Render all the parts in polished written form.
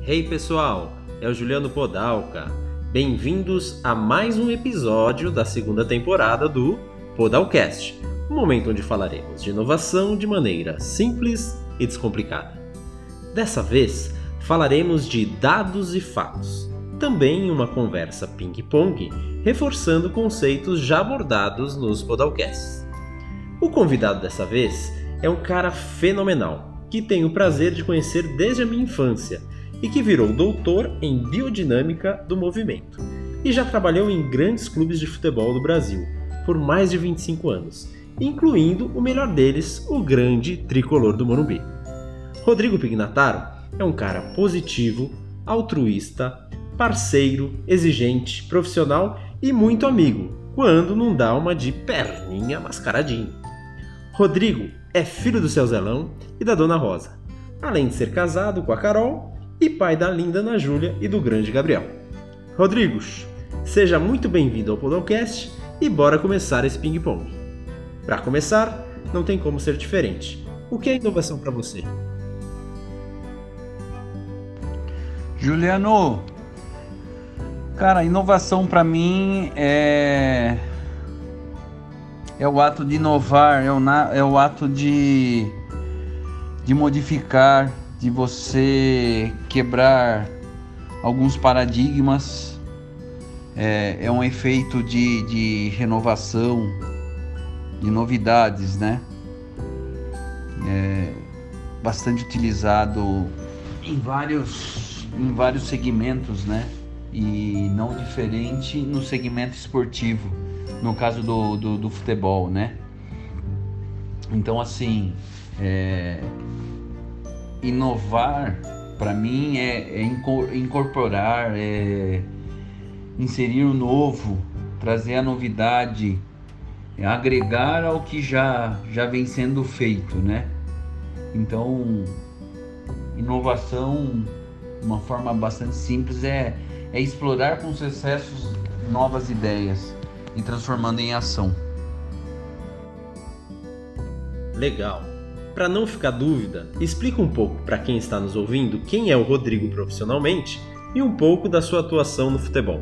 Hey pessoal, é o Juliano Podalca. Bem-vindos a mais um episódio da segunda temporada do Podalcast, um momento onde falaremos de inovação de maneira simples e descomplicada. Dessa vez, falaremos de dados e fatos, também uma conversa ping-pong, reforçando conceitos já abordados nos Podalcasts. O convidado dessa vez é um cara fenomenal, que tenho o prazer de conhecer desde a minha infância e que virou doutor em biodinâmica do movimento e já trabalhou em grandes clubes de futebol do Brasil por mais de 25 anos, incluindo o melhor deles, o grande Tricolor do Morumbi. Rodrigo Pignataro é um cara positivo, altruísta, parceiro, exigente, profissional e muito amigo, quando não dá uma de perninha mascaradinho. Rodrigo é filho do seu Zelão e da Dona Rosa, além de ser casado com a Carol e pai da linda Ana Júlia e do grande Gabriel. Rodrigo, seja muito bem-vindo ao Podalcast e bora começar esse ping-pong. Para começar, não tem como ser diferente. O que é inovação para você? Juliano, cara, inovação para mim é o ato de inovar, é o ato de modificar, de você quebrar alguns paradigmas, é um efeito de renovação, de novidades, né? Bastante utilizado em vários segmentos, né? E não diferente no segmento esportivo, no caso do futebol, né? Então, assim, inovar para mim é incorporar, inserir o novo, trazer a novidade, agregar ao que já vem sendo feito, né? Então, inovação, uma forma bastante simples, é explorar com sucessos novas ideias e transformando em ação. Legal! Para não ficar dúvida, explica um pouco para quem está nos ouvindo quem é o Rodrigo profissionalmente e um pouco da sua atuação no futebol.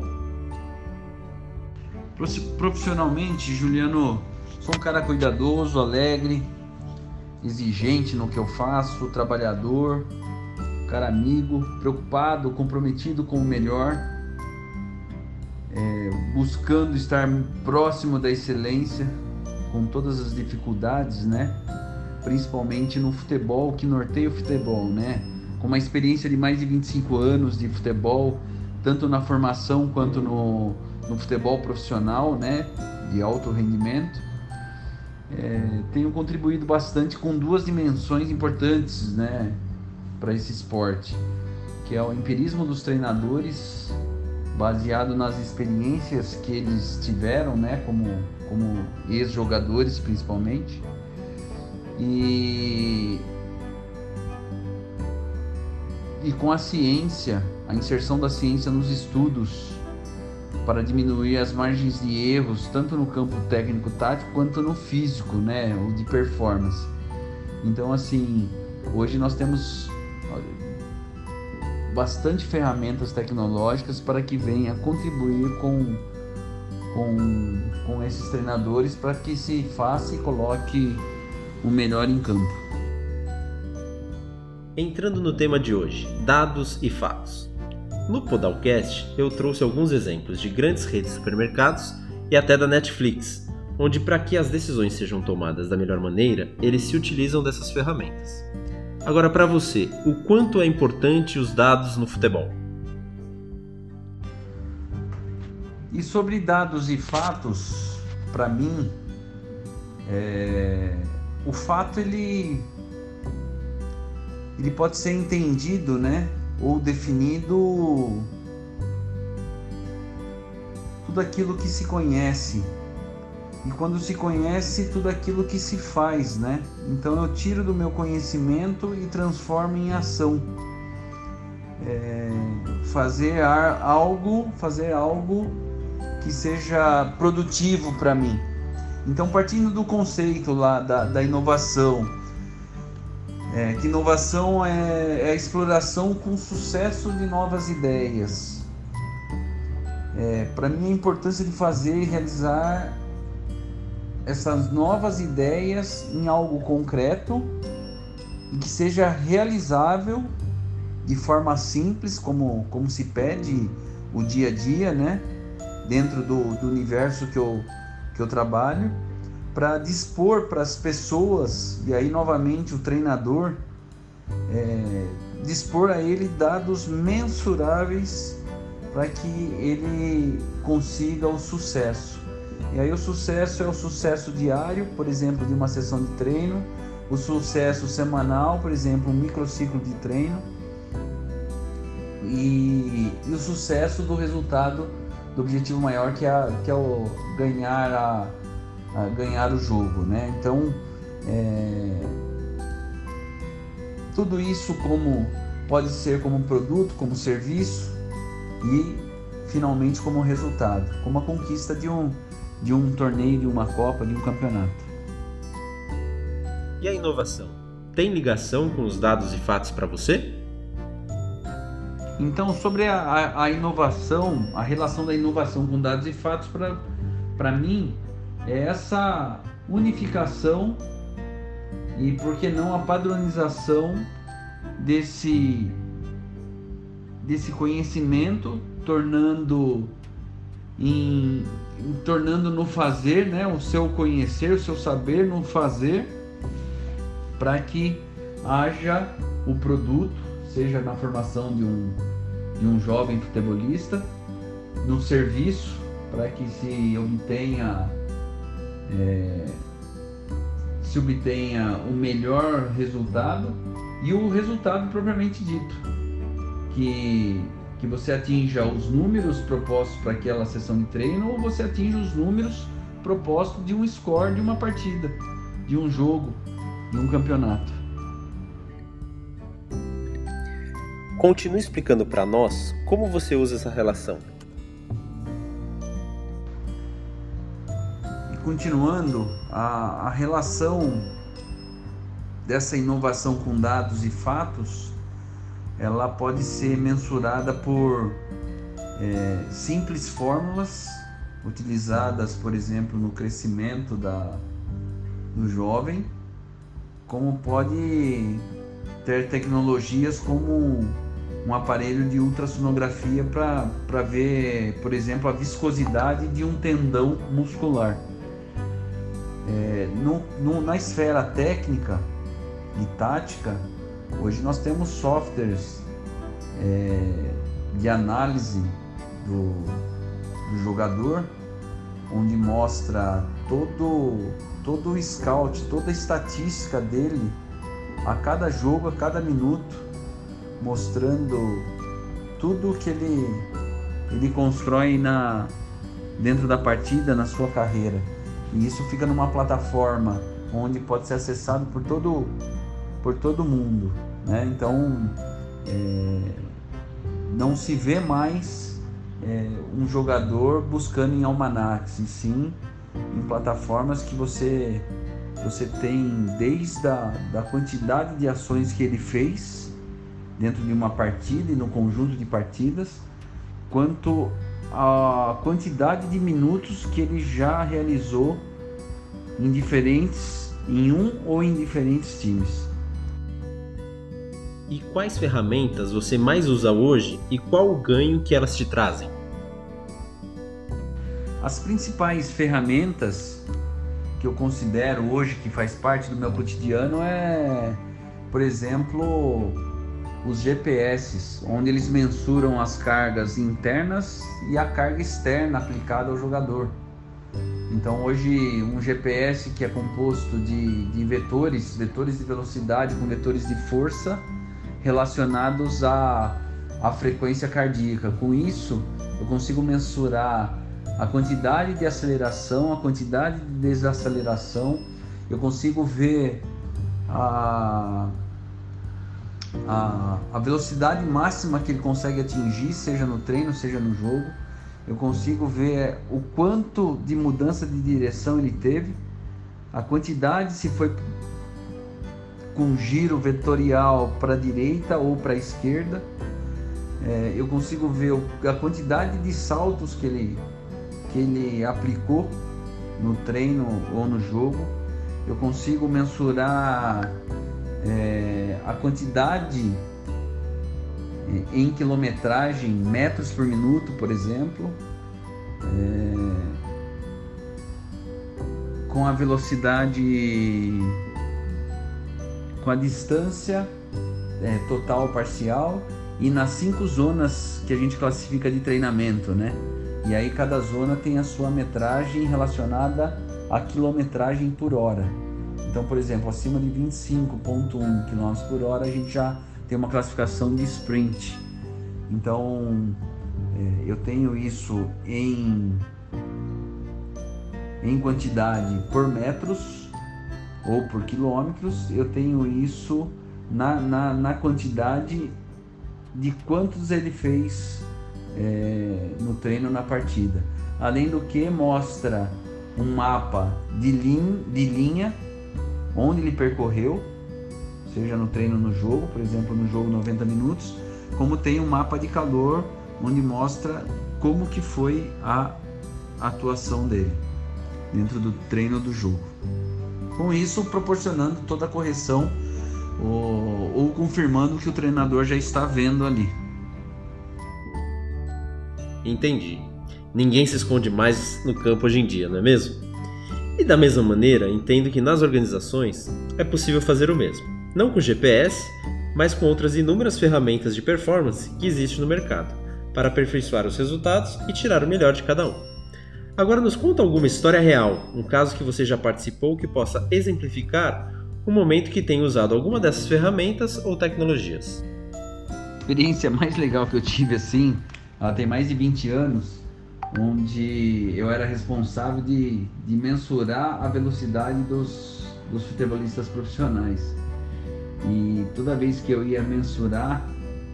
Profissionalmente, Juliano, sou um cara cuidadoso, alegre, exigente no que eu faço, trabalhador, cara amigo, preocupado, comprometido com o melhor, buscando estar próximo da excelência, com todas as dificuldades, né? Principalmente no futebol, que norteia o futebol, né? Com uma experiência de mais de 25 anos de futebol, tanto na formação quanto no futebol profissional, né? De alto rendimento. Tenho contribuído bastante com duas dimensões importantes, né? Para esse esporte, que é o empirismo dos treinadores, baseado nas experiências que eles tiveram, né? Como ex-jogadores, principalmente. E com a ciência, a inserção da ciência nos estudos para diminuir as margens de erros, tanto no campo técnico-tático quanto no físico, né, o de performance. Então, assim, hoje nós temos bastante ferramentas tecnológicas para que venha contribuir com esses treinadores para que se faça e coloque o melhor em campo. Entrando no tema de hoje, dados e fatos. No Podalcast, eu trouxe alguns exemplos de grandes redes de supermercados e até da Netflix, onde para que as decisões sejam tomadas da melhor maneira, eles se utilizam dessas ferramentas. Agora, para você, o quanto é importante os dados no futebol? E sobre dados e fatos, para mim, o fato ele pode ser entendido, né, ou definido tudo aquilo que se conhece, e quando se conhece tudo aquilo que se faz, né? Então eu tiro do meu conhecimento e transformo em ação. Fazer algo que seja produtivo para mim. Então, partindo do conceito lá da inovação, Que inovação é a exploração com sucesso de novas ideias. Para mim, a importância de fazer e realizar essas novas ideias em algo concreto e que seja realizável de forma simples, como se pede o dia a dia, né? Dentro do universo que eu trabalho, para dispor para as pessoas, e aí novamente o treinador, dispor a ele dados mensuráveis para que ele consiga o sucesso. E aí o sucesso é o sucesso diário, por exemplo, de uma sessão de treino, o sucesso semanal, por exemplo, um microciclo de treino, e o sucesso do resultado do objetivo maior, que é o ganhar o jogo, né? Então, tudo isso pode ser como produto, como serviço e finalmente como resultado, como a conquista de um torneio, de uma Copa, de um campeonato. E a inovação? Tem ligação com os dados e fatos para você? Então, sobre a inovação, a relação da inovação com dados e fatos, para mim, é essa unificação e, por que não, a padronização desse conhecimento, tornando no fazer, né, o seu conhecer, o seu saber no fazer, para que haja o produto, seja na formação de um jovem futebolista, no serviço, para que se obtenha o melhor resultado, e o resultado propriamente dito, que você atinja os números propostos para aquela sessão de treino, ou você atinja os números propostos de um score de uma partida, de um jogo, de um campeonato. Continue explicando para nós como você usa essa relação. E continuando, a relação dessa inovação com dados e fatos, ela pode ser mensurada por simples fórmulas utilizadas, por exemplo, no crescimento do jovem, como pode ter tecnologias como um aparelho de ultrassonografia para ver, por exemplo, a viscosidade de um tendão muscular. Na esfera técnica e tática, hoje nós temos softwares de análise do jogador, onde mostra todo o scout, toda a estatística dele a cada jogo, a cada minuto, mostrando tudo que ele constrói dentro da partida, na sua carreira. E isso fica numa plataforma onde pode ser acessado por todo mundo, né? Então, não se vê mais um jogador buscando em almanacs, e sim em plataformas que você tem desde a quantidade de ações que ele fez dentro de uma partida e no conjunto de partidas, quanto a quantidade de minutos que ele já realizou em um ou em diferentes times. E quais ferramentas você mais usa hoje e qual o ganho que elas te trazem? As principais ferramentas que eu considero hoje que faz parte do meu cotidiano por exemplo, os GPS, onde eles mensuram as cargas internas e a carga externa aplicada ao jogador. Então hoje um GPS que é composto de vetores de velocidade com vetores de força relacionados à frequência cardíaca. Com isso eu consigo mensurar a quantidade de aceleração, a quantidade de desaceleração, eu consigo ver a velocidade máxima que ele consegue atingir, seja no treino, seja no jogo. Eu consigo ver o quanto de mudança de direção ele teve, a quantidade, se foi com giro vetorial para a direita ou para a esquerda. Eu consigo ver a quantidade de saltos que ele aplicou no treino ou no jogo. Eu consigo mensurar a quantidade em quilometragem, metros por minuto, por exemplo, com a velocidade, com a distância total parcial e nas 5 zonas que a gente classifica de treinamento, né? E aí cada zona tem a sua metragem relacionada à quilometragem por hora. Então, por exemplo, acima de 25,1 km por hora a gente já tem uma classificação de sprint. Então, eu tenho isso em quantidade por metros ou por quilômetros. Eu tenho isso na quantidade de quantos ele fez no treino, na partida. Além do que mostra um mapa de linha onde ele percorreu, seja no treino ou no jogo, por exemplo, no jogo 90 minutos, como tem um mapa de calor onde mostra como que foi a atuação dele dentro do treino do jogo. Com isso, proporcionando toda a correção ou confirmando o que o treinador já está vendo ali. Entendi. Ninguém se esconde mais no campo hoje em dia, não é mesmo? E da mesma maneira, entendo que nas organizações é possível fazer o mesmo. Não com GPS, mas com outras inúmeras ferramentas de performance que existem no mercado, para aperfeiçoar os resultados e tirar o melhor de cada um. Agora nos conta alguma história real, um caso que você já participou que possa exemplificar um momento que tenha usado alguma dessas ferramentas ou tecnologias. A experiência mais legal que eu tive assim, ela tem mais de 20 anos, onde eu era responsável de mensurar a velocidade dos futebolistas profissionais. E toda vez que eu ia mensurar,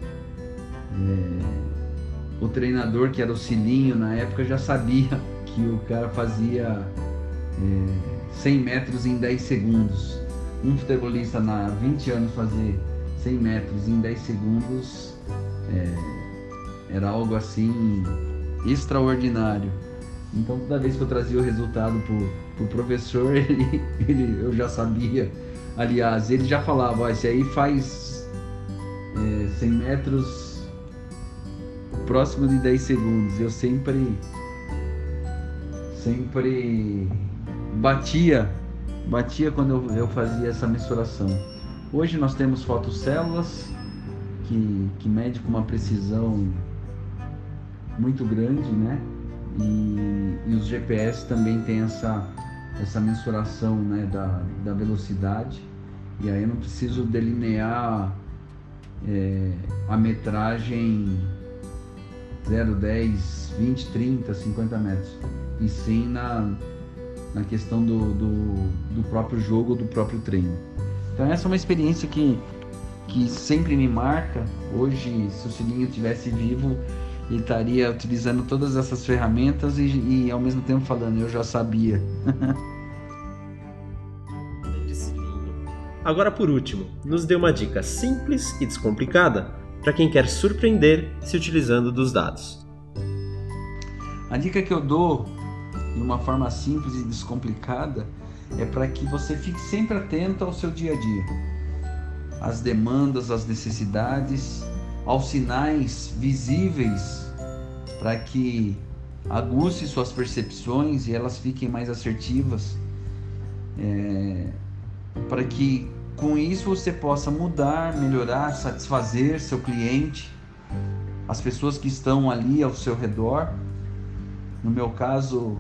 o treinador, que era o Cilinho na época, já sabia que o cara fazia 100 metros em 10 segundos. Um futebolista há 20 anos fazer 100 metros em 10 segundos era algo assim extraordinário. Então toda vez que eu trazia o resultado pro professor, eu já sabia. Aliás, ele já falava, esse aí faz 100 metros próximo de 10 segundos. Eu sempre batia quando eu fazia essa mensuração. Hoje nós temos fotocélulas que medem com uma precisão muito grande, né? E os GPS também têm essa mensuração, né, da velocidade. E aí eu não preciso delinear a metragem 0, 10, 20, 30, 50 metros. E sim na questão do próprio jogo, do próprio treino. Então essa é uma experiência que sempre me marca. Hoje, se o Cilinho estivesse vivo, ele estaria utilizando todas essas ferramentas e ao mesmo tempo falando, eu já sabia. Agora, por último, nos dê uma dica simples e descomplicada para quem quer surpreender se utilizando dos dados. A dica que eu dou, de uma forma simples e descomplicada, é para que você fique sempre atento ao seu dia a dia, às demandas, às necessidades, aos sinais visíveis, para que aguce suas percepções e elas fiquem mais assertivas, para que com isso você possa mudar, melhorar, satisfazer seu cliente, as pessoas que estão ali ao seu redor. No meu caso,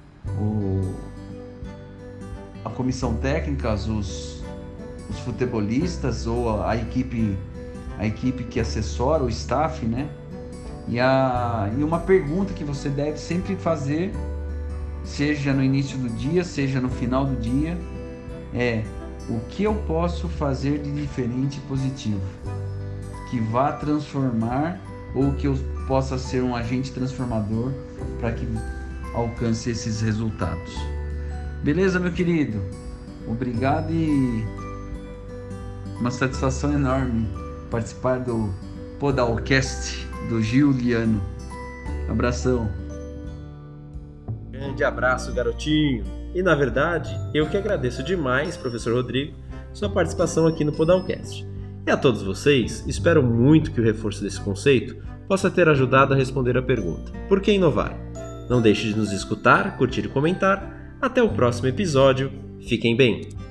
a comissão técnica, os futebolistas ou a equipe que assessora, o staff, né? E uma pergunta que você deve sempre fazer, seja no início do dia, seja no final do dia, é: o que eu posso fazer de diferente e positivo que vá transformar, ou que eu possa ser um agente transformador para que alcance esses resultados. Beleza, meu querido? Obrigado e Uma satisfação enorme participar do Podalcast do Giuliano. Abração. Grande abraço, garotinho. E na verdade, eu que agradeço demais, professor Rodrigo, sua participação aqui no Podalcast. E a todos vocês, espero muito que o reforço desse conceito possa ter ajudado a responder a pergunta: por que inovar? Não deixe de nos escutar, curtir e comentar. Até o próximo episódio. Fiquem bem!